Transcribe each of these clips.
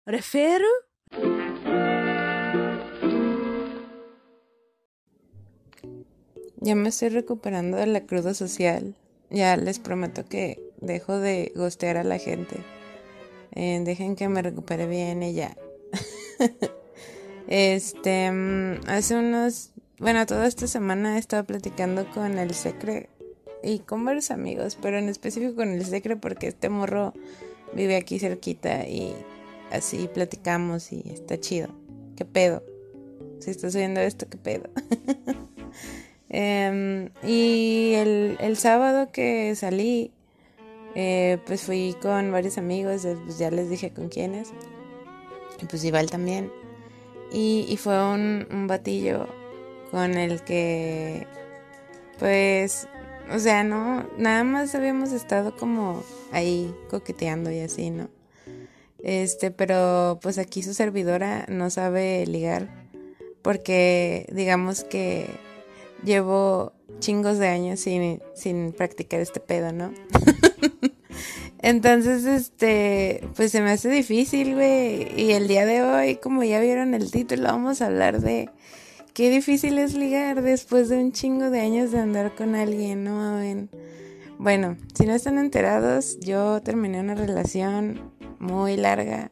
Refiero. Ya me estoy recuperando de la cruda social. Ya les prometo que dejo de ghostear a la gente. Dejen que me recupere bien y ya. Hace unos... Bueno, toda esta semana he estado platicando con el Secre y con varios amigos, pero en específico con el Secre porque este morro vive aquí cerquita y así platicamos y está chido. ¿Qué pedo? Si estás oyendo esto, ¿qué pedo? Y el sábado que salí, pues fui con varios amigos, pues ya les dije con quiénes, y pues igual también. Y fue un batillo con el que, pues, o sea, no, nada más habíamos estado como ahí coqueteando y así, ¿no? Pero pues aquí su servidora no sabe ligar, porque digamos que llevo chingos de años sin practicar este pedo, ¿no? Entonces, pues se me hace difícil, güey. Y el día de hoy, como ya vieron el título, vamos a hablar de qué difícil es ligar después de un chingo de años de andar con alguien, ¿no? Bueno, si no están enterados, yo terminé una relación muy larga,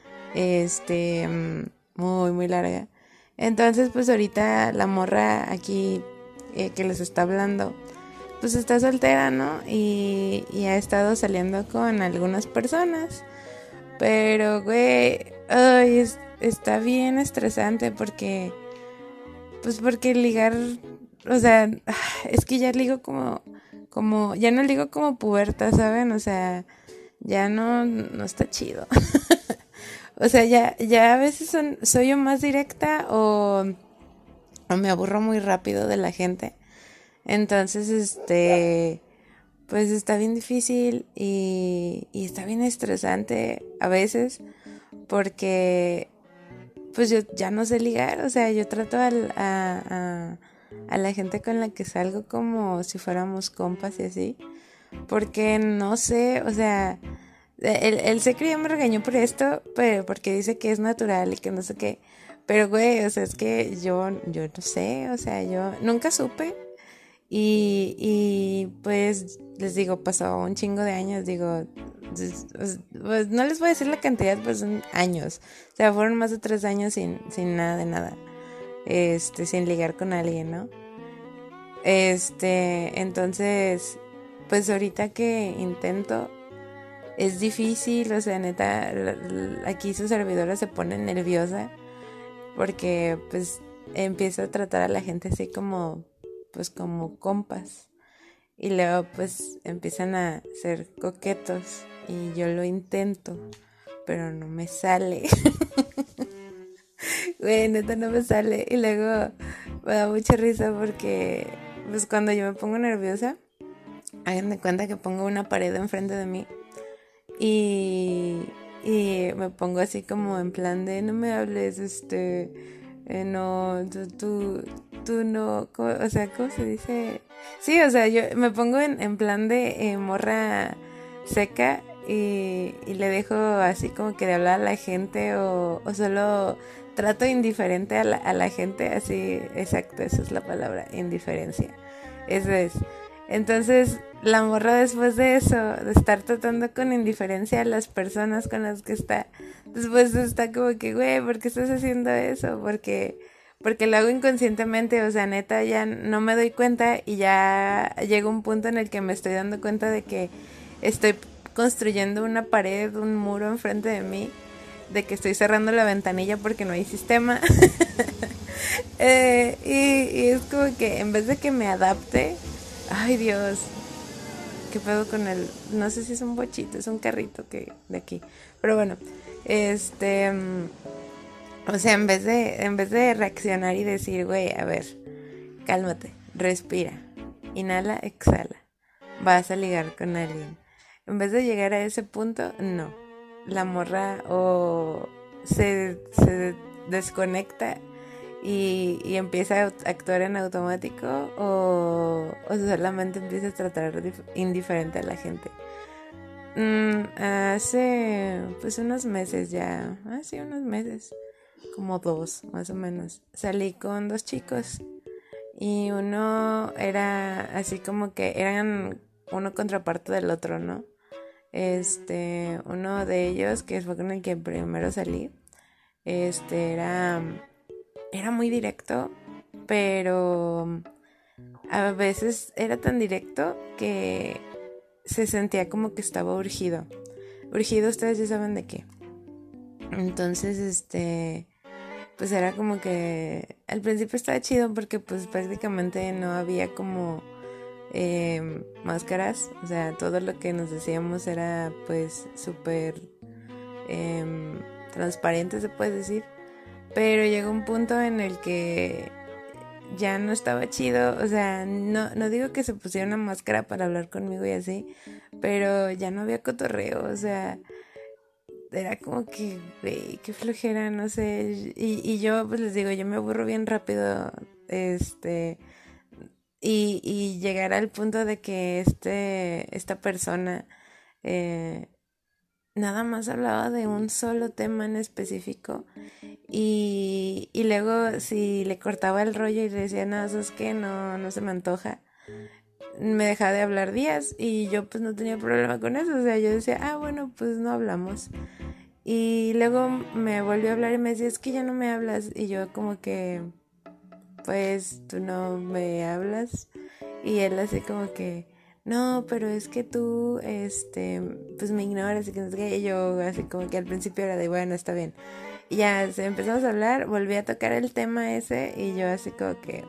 muy, muy larga. Entonces, pues ahorita la morra aquí que les está hablando, pues está soltera, ¿no? Y ha estado saliendo con algunas personas. Pero, güey, ay, está bien estresante porque ligar, o sea, es que ya ligo ya no ligo como puberta, ¿saben? O sea, ya no está chido. O sea, ya a veces soy yo más directa o me aburro muy rápido de la gente. Entonces, pues está bien difícil y está bien estresante a veces porque pues yo ya no sé ligar, o sea, yo trato a la gente con la que salgo como si fuéramos compas y así, porque no sé, o sea, el secre ya me regañó por esto, pero porque dice que es natural y que no sé qué, pero güey, o sea, es que yo no sé, o sea, yo nunca supe. Y pues les digo, pasó un chingo de años, digo, pues no les voy a decir la cantidad, pues son años. O sea, fueron más de 3 años sin nada de nada. Sin ligar con alguien, ¿no? Entonces, pues ahorita que intento, es difícil, o sea, neta, aquí su servidora se pone nerviosa porque pues empieza a tratar a la gente así como, pues como compas. Y luego pues empiezan a ser coquetos y yo lo intento, pero no me sale. Güey, neta no me sale. Y luego me da mucha risa porque pues cuando yo me pongo nerviosa, hagan de cuenta que pongo una pared enfrente de mí y, y me pongo así como en plan de no me hables, no, tú no, o sea, ¿cómo se dice? Sí, o sea, yo me pongo en plan de morra seca y le dejo así como que de hablar a la gente o solo trato indiferente a la gente, así, exacto, esa es la palabra, indiferencia. Eso es. Entonces, la morra después de eso, de estar tratando con indiferencia a las personas con las que está, después está como que, güey, ¿por qué estás haciendo eso? Porque lo hago inconscientemente, o sea, neta, ya no me doy cuenta y ya llega un punto en el que me estoy dando cuenta de que estoy construyendo una pared, un muro enfrente de mí, de que estoy cerrando la ventanilla porque no hay sistema. Y es como que en vez de que me adapte, ay Dios, qué pedo con el, no sé si es un bochito, es un carrito que de aquí, pero bueno, este, o sea, en vez de reaccionar y decir, güey, a ver, cálmate, respira, inhala, exhala, vas a ligar con alguien. En vez de llegar a ese punto, no. La morra o se desconecta y empieza a actuar en automático o solamente empieza a tratar indiferente a la gente. Hace pues unos meses ya, sí, unos meses, como 2 más o menos, salí con 2 chicos y uno era así como que eran uno contraparte del otro, ¿no? Uno de ellos, que fue con el que primero salí, era muy directo, pero a veces era tan directo que se sentía como que estaba urgido. Urgido, ustedes ya saben de qué. Entonces, pues era como que al principio estaba chido porque pues prácticamente no había como máscaras, o sea, todo lo que nos decíamos era pues súper transparente, se puede decir, pero llegó un punto en el que ya no estaba chido, o sea, no digo que se pusiera una máscara para hablar conmigo y así, pero ya no había cotorreo, o sea, era como que, güey, qué flojera, no sé, y yo pues les digo, yo me aburro bien rápido, y llegar al punto de que esta persona nada más hablaba de un solo tema en específico y luego si le cortaba el rollo y le decía, no, eso es que no se me antoja, me dejaba de hablar días y yo pues no tenía problema con eso, o sea, yo decía, bueno, pues no hablamos. Y luego me volvió a hablar y me decía, es que ya no me hablas. Y yo como que, pues tú no me hablas. Y él así como que, no, pero es que tú, pues me ignoras y que no sé qué. Y yo así como que al principio era de, bueno, está bien. Y ya empezamos a hablar, volví a tocar el tema ese y yo así como que,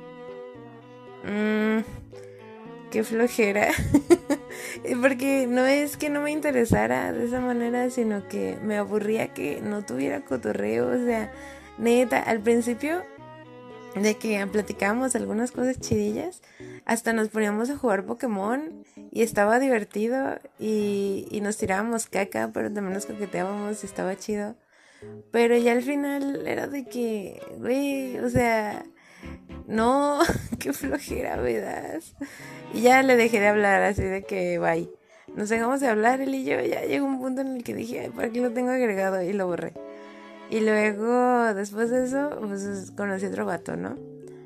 qué flojera. Porque no es que no me interesara de esa manera, sino que me aburría que no tuviera cotorreo. O sea, neta, al principio de que platicábamos algunas cosas chidillas, hasta nos poníamos a jugar Pokémon y estaba divertido y nos tirábamos caca, pero también nos coqueteábamos y estaba chido. Pero ya al final era de que, güey, o sea, no, qué flojera me das. Y ya le dejé de hablar, así de que, bye. Nos dejamos de hablar él y yo, ya llegó un punto en el que dije, ay, ¿para qué lo tengo agregado? Y lo borré. Y luego, después de eso, pues conocí a otro vato, ¿no?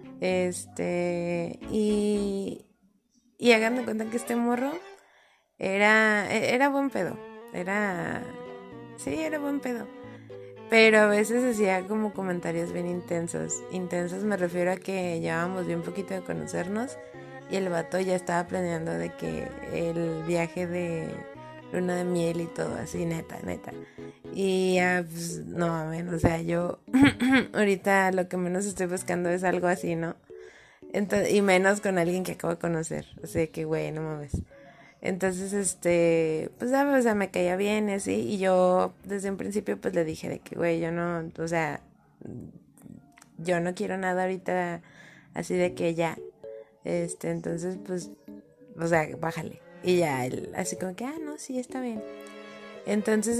Y hagan de cuenta que este morro era buen pedo. Era buen pedo. Pero a veces hacía como comentarios bien intensos. Intensos me refiero a que llevábamos bien poquito de conocernos y el vato ya estaba planeando de que el viaje de luna de miel y todo así, neta, neta. Y ya, pues, no mames, o sea, yo ahorita lo que menos estoy buscando es algo así, ¿no? Entonces, y menos con alguien que acabo de conocer. O sea, que güey, no mames. Entonces, pues, ¿sabes? O sea, me caía bien y así. Y yo, desde un principio, pues le dije de que, güey, yo no, o sea, yo no quiero nada ahorita así de que ya. Entonces, pues, o sea, bájale. Y ya, él, así como que, no, sí, está bien. Entonces,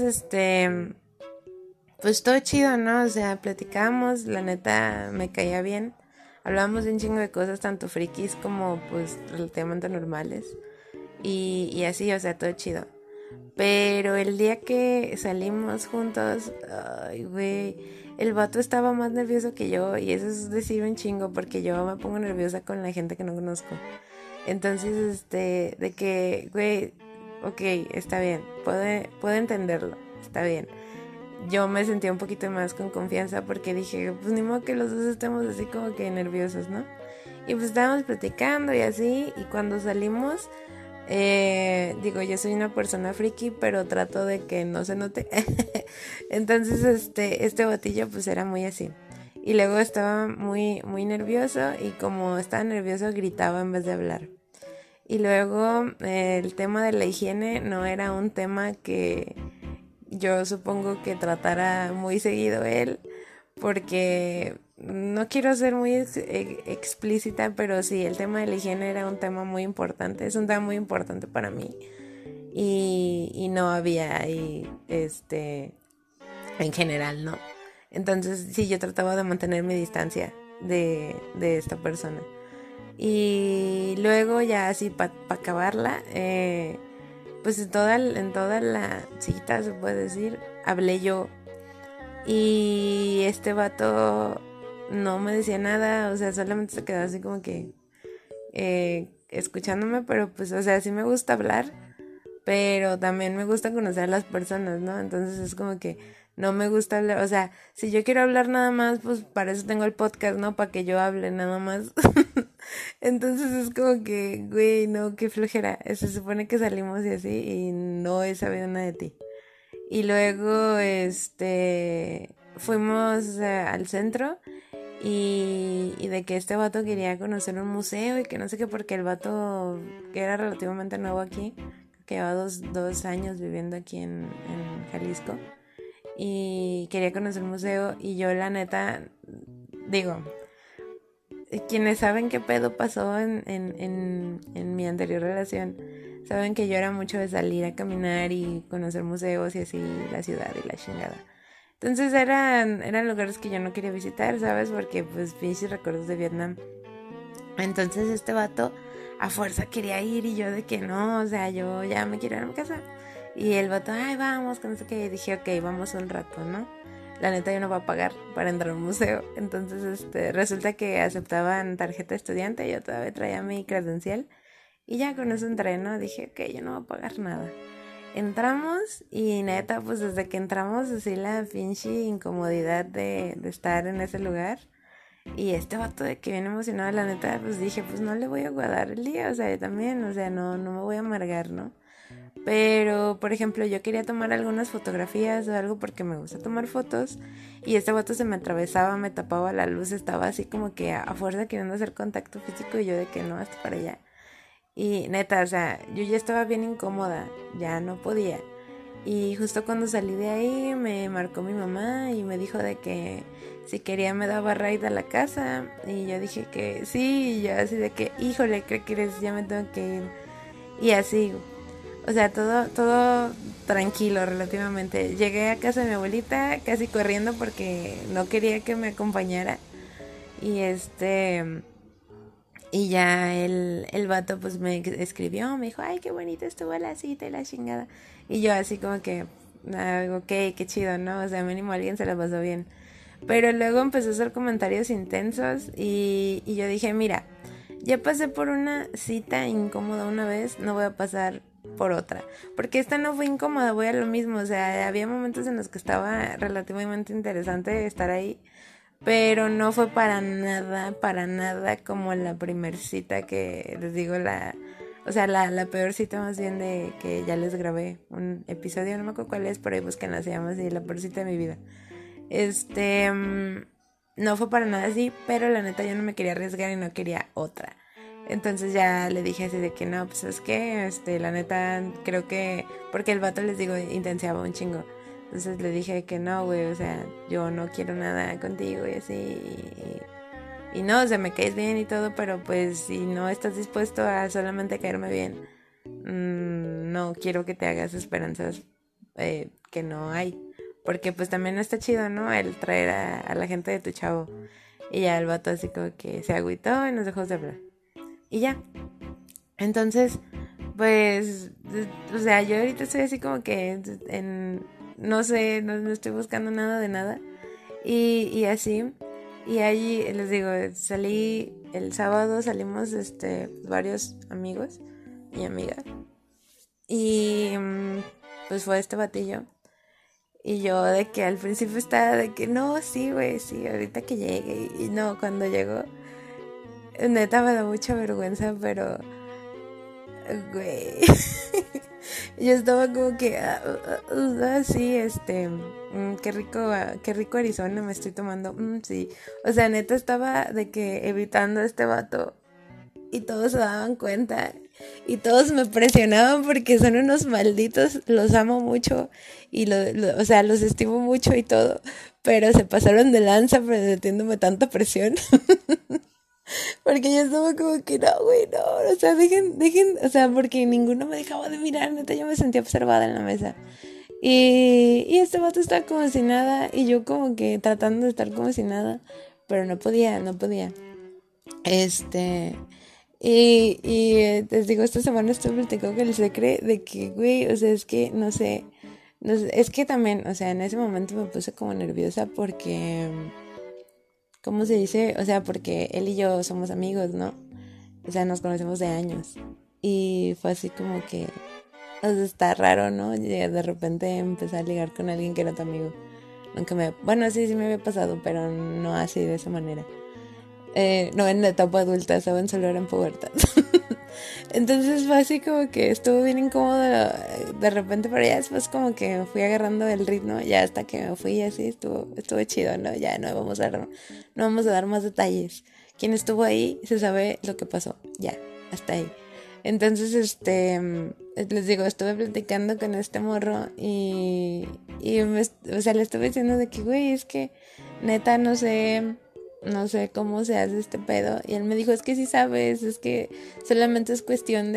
pues todo chido, ¿no? O sea, platicamos, la neta me caía bien. Hablábamos de un chingo de cosas, tanto frikis como, pues, relativamente normales. Y así, o sea, todo chido. Pero el día que salimos juntos, ay, güey, el vato estaba más nervioso que yo y eso es decir un chingo porque yo me pongo nerviosa con la gente que no conozco. Entonces, de que, güey, ok, está bien, puedo entenderlo, está bien. Yo me sentía un poquito más con confianza porque dije, pues ni modo que los dos estemos así como que nerviosos, ¿no? Y pues estábamos platicando y así, y cuando salimos, digo, yo soy una persona friki, pero trato de que no se note. Entonces, este batillo pues era muy así. Y luego estaba muy, muy nervioso y como estaba nervioso gritaba en vez de hablar. Y luego el tema de la higiene no era un tema que yo supongo que tratara muy seguido él, porque no quiero ser muy explícita, pero sí, el tema de la higiene era un tema muy importante, es un tema muy importante para mí. Y no había ahí, en general, ¿no? Entonces, sí, yo trataba de mantener mi distancia de esta persona. Y luego ya así para acabarla, pues en toda la cita, se puede decir, hablé yo. Y este vato no me decía nada, o sea, solamente se quedó así como que escuchándome, pero pues, o sea, sí me gusta hablar, pero también me gusta conocer a las personas, ¿no? Entonces es como que no me gusta hablar, o sea, si yo quiero hablar nada más, pues para eso tengo el podcast, ¿no? Para que yo hable nada más. Entonces es como que, güey, no, qué flojera. Se supone que salimos y así y no he sabido nada de ti. Y luego, fuimos al centro y de que este vato quería conocer un museo y que no sé qué, porque el vato, que era relativamente nuevo aquí, que lleva dos años viviendo aquí en Jalisco, y quería conocer un museo y yo la neta, digo, quienes saben qué pedo pasó en mi anterior relación, saben que yo era mucho de salir a caminar y conocer museos y así la ciudad y la chingada. Entonces eran lugares que yo no quería visitar, ¿sabes? Porque pues pinches recuerdos de Vietnam. Entonces este vato a fuerza quería ir y yo de que no, o sea, yo ya me quiero ir a mi casa. Y el vato, ay, vamos, que no sé qué. Y dije, ok, vamos un rato, ¿no? La neta yo no voy a pagar para entrar a un museo. Entonces, resulta que aceptaban tarjeta estudiante. Yo todavía traía mi credencial. Y ya con eso entré, ¿no? Dije, ok, yo no voy a pagar nada. Entramos y neta, pues desde que entramos, así la pinche incomodidad de estar en ese lugar. Y este vato de que viene emocionado, la neta, pues dije, pues no le voy a guardar el día, o sea, yo también, o sea, no me voy a amargar, ¿no? Pero, por ejemplo, yo quería tomar algunas fotografías o algo porque me gusta tomar fotos y este vato se me atravesaba, me tapaba la luz, estaba así como que a fuerza queriendo hacer contacto físico y yo de que no, hasta para allá. Y neta, o sea, yo ya estaba bien incómoda, ya no podía. Y justo cuando salí de ahí me marcó mi mamá y me dijo de que si quería me daba ride a la casa. Y yo dije que sí, y yo así de que, híjole, ¿qué quieres? Ya me tengo que ir. Y así, o sea, todo tranquilo relativamente. Llegué a casa de mi abuelita casi corriendo porque no quería que me acompañara. Y y ya el vato pues me escribió, me dijo, ay, qué bonito estuvo la cita y la chingada. Y yo así como que, ok, qué chido, ¿no? O sea, mínimo alguien se la pasó bien. Pero luego empezó a hacer comentarios intensos y yo dije, mira, ya pasé por una cita incómoda una vez, no voy a pasar por otra. Porque esta no fue incómoda, voy a lo mismo. O sea, había momentos en los que estaba relativamente interesante estar ahí. Pero no fue para nada como la primer cita que les digo, o sea, la peor cita más bien de que ya les grabé un episodio, no me acuerdo cuál es, por ahí búsquenla, se llama así, la peor cita de mi vida. No fue para nada así, pero la neta yo no me quería arriesgar y no quería otra. Entonces ya le dije así de que no, pues es que, la neta creo que, porque el vato les digo, intensiaba un chingo. Entonces le dije que no, güey, o sea, yo no quiero nada contigo y así. Y no, o sea, me caes bien y todo, pero pues si no estás dispuesto a solamente caerme bien, no quiero que te hagas esperanzas que no hay. Porque pues también no está chido, ¿no? El traer a la gente de tu chavo. Y ya el vato así como que se agüitó y nos dejó de hablar. Y ya. Entonces, pues, o sea, yo ahorita estoy así como que no sé, no estoy buscando nada de nada. Y así. Y allí les digo, salí el sábado, salimos varios amigos y amigas. Y pues fue este batillo. Y yo de que al principio estaba de que no, sí, güey, sí, ahorita que llegue. Y no, cuando llegó, neta me da mucha vergüenza, pero, güey, yo estaba como que, sí, qué rico Arizona me estoy tomando, sí. O sea, neta estaba de que evitando a este vato y todos se daban cuenta y todos me presionaban porque son unos malditos, los amo mucho y o sea, los estimo mucho y todo, pero se pasaron de lanza metiéndome tanta presión. Porque yo estaba como que no, güey, no, o sea, dejen, o sea, porque ninguno me dejaba de mirar, neta, yo me sentía observada en la mesa. Y este vato estaba como si nada, y yo como que tratando de estar como si nada, pero no podía. Y les digo, esta semana estuve platicando con el secre de que, güey, o sea, es que no sé, no sé, es que también, o sea, en ese momento me puse como nerviosa porque, ¿cómo se dice? O sea, porque él y yo somos amigos, ¿no? O sea, nos conocemos de años. Y fue así como que, o sea, está raro, ¿no? Y de repente empecé a ligar con alguien que era tu amigo. Nunca me, bueno, sí, sí me había pasado, pero no así de esa manera. No en la etapa adulta, estaba en solo era en pubertad. Entonces fue así como que estuvo bien incómodo de repente, pero ya después como que me fui agarrando el ritmo, ya hasta que me fui así, estuvo chido, ¿no? Ya no vamos a dar más detalles. Quien estuvo ahí se sabe lo que pasó, ya, hasta ahí. Entonces, les digo, estuve platicando con este morro o sea, le estuve diciendo de que, güey, es que neta no sé cómo se hace este pedo. Y él me dijo, es que sí sabes, es que solamente es cuestión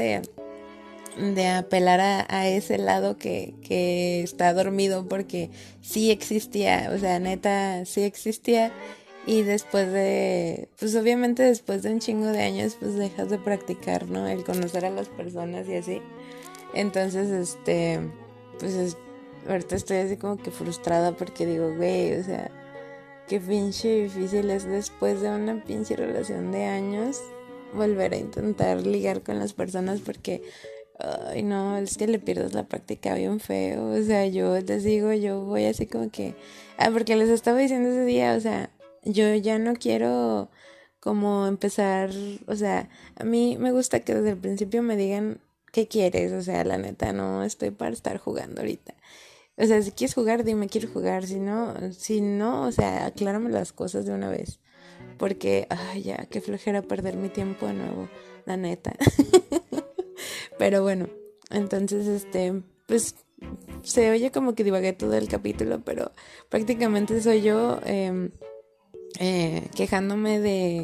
de apelar a ese lado que está dormido porque sí existía, o sea, neta, sí existía. Y después pues obviamente después de un chingo de años, pues dejas de practicar, ¿no? El conocer a las personas y así. Entonces, pues ahorita estoy así como que frustrada porque digo, güey, o sea, qué pinche difícil es después de una pinche relación de años volver a intentar ligar con las personas porque, ay no, es que le pierdes la práctica bien feo. O sea, yo les digo, yo voy así como que, porque les estaba diciendo ese día, o sea, yo ya no quiero como empezar, o sea, a mí me gusta que desde el principio me digan qué quieres, o sea, la neta, no estoy para estar jugando ahorita. O sea, si quieres jugar, dime quiero jugar. Si no, o sea, aclárame las cosas de una vez. Porque, ay, ya, qué flojera perder mi tiempo de nuevo, la neta. Pero bueno, entonces, pues se oye como que divagué todo el capítulo, pero prácticamente soy yo quejándome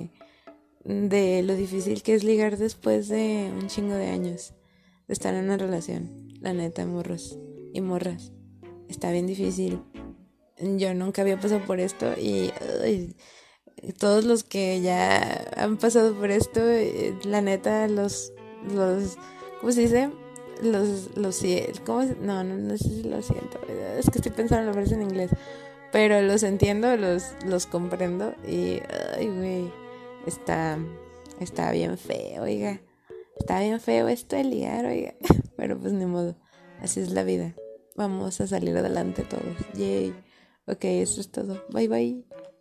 de lo difícil que es ligar después de un chingo de años de estar en una relación. La neta, morros y morras. Está bien difícil. Yo nunca había pasado por esto y ay, todos los que ya han pasado por esto, la neta, ¿cómo se dice? ¿Cómo no sé si lo siento, es que estoy pensando en la frase en inglés, pero los entiendo, los comprendo y, ay, güey, está, está bien feo, oiga, está bien feo esto de ligar, oiga, pero pues ni modo, así es la vida, vamos a salir adelante todos, yay, ok, eso es todo, bye bye.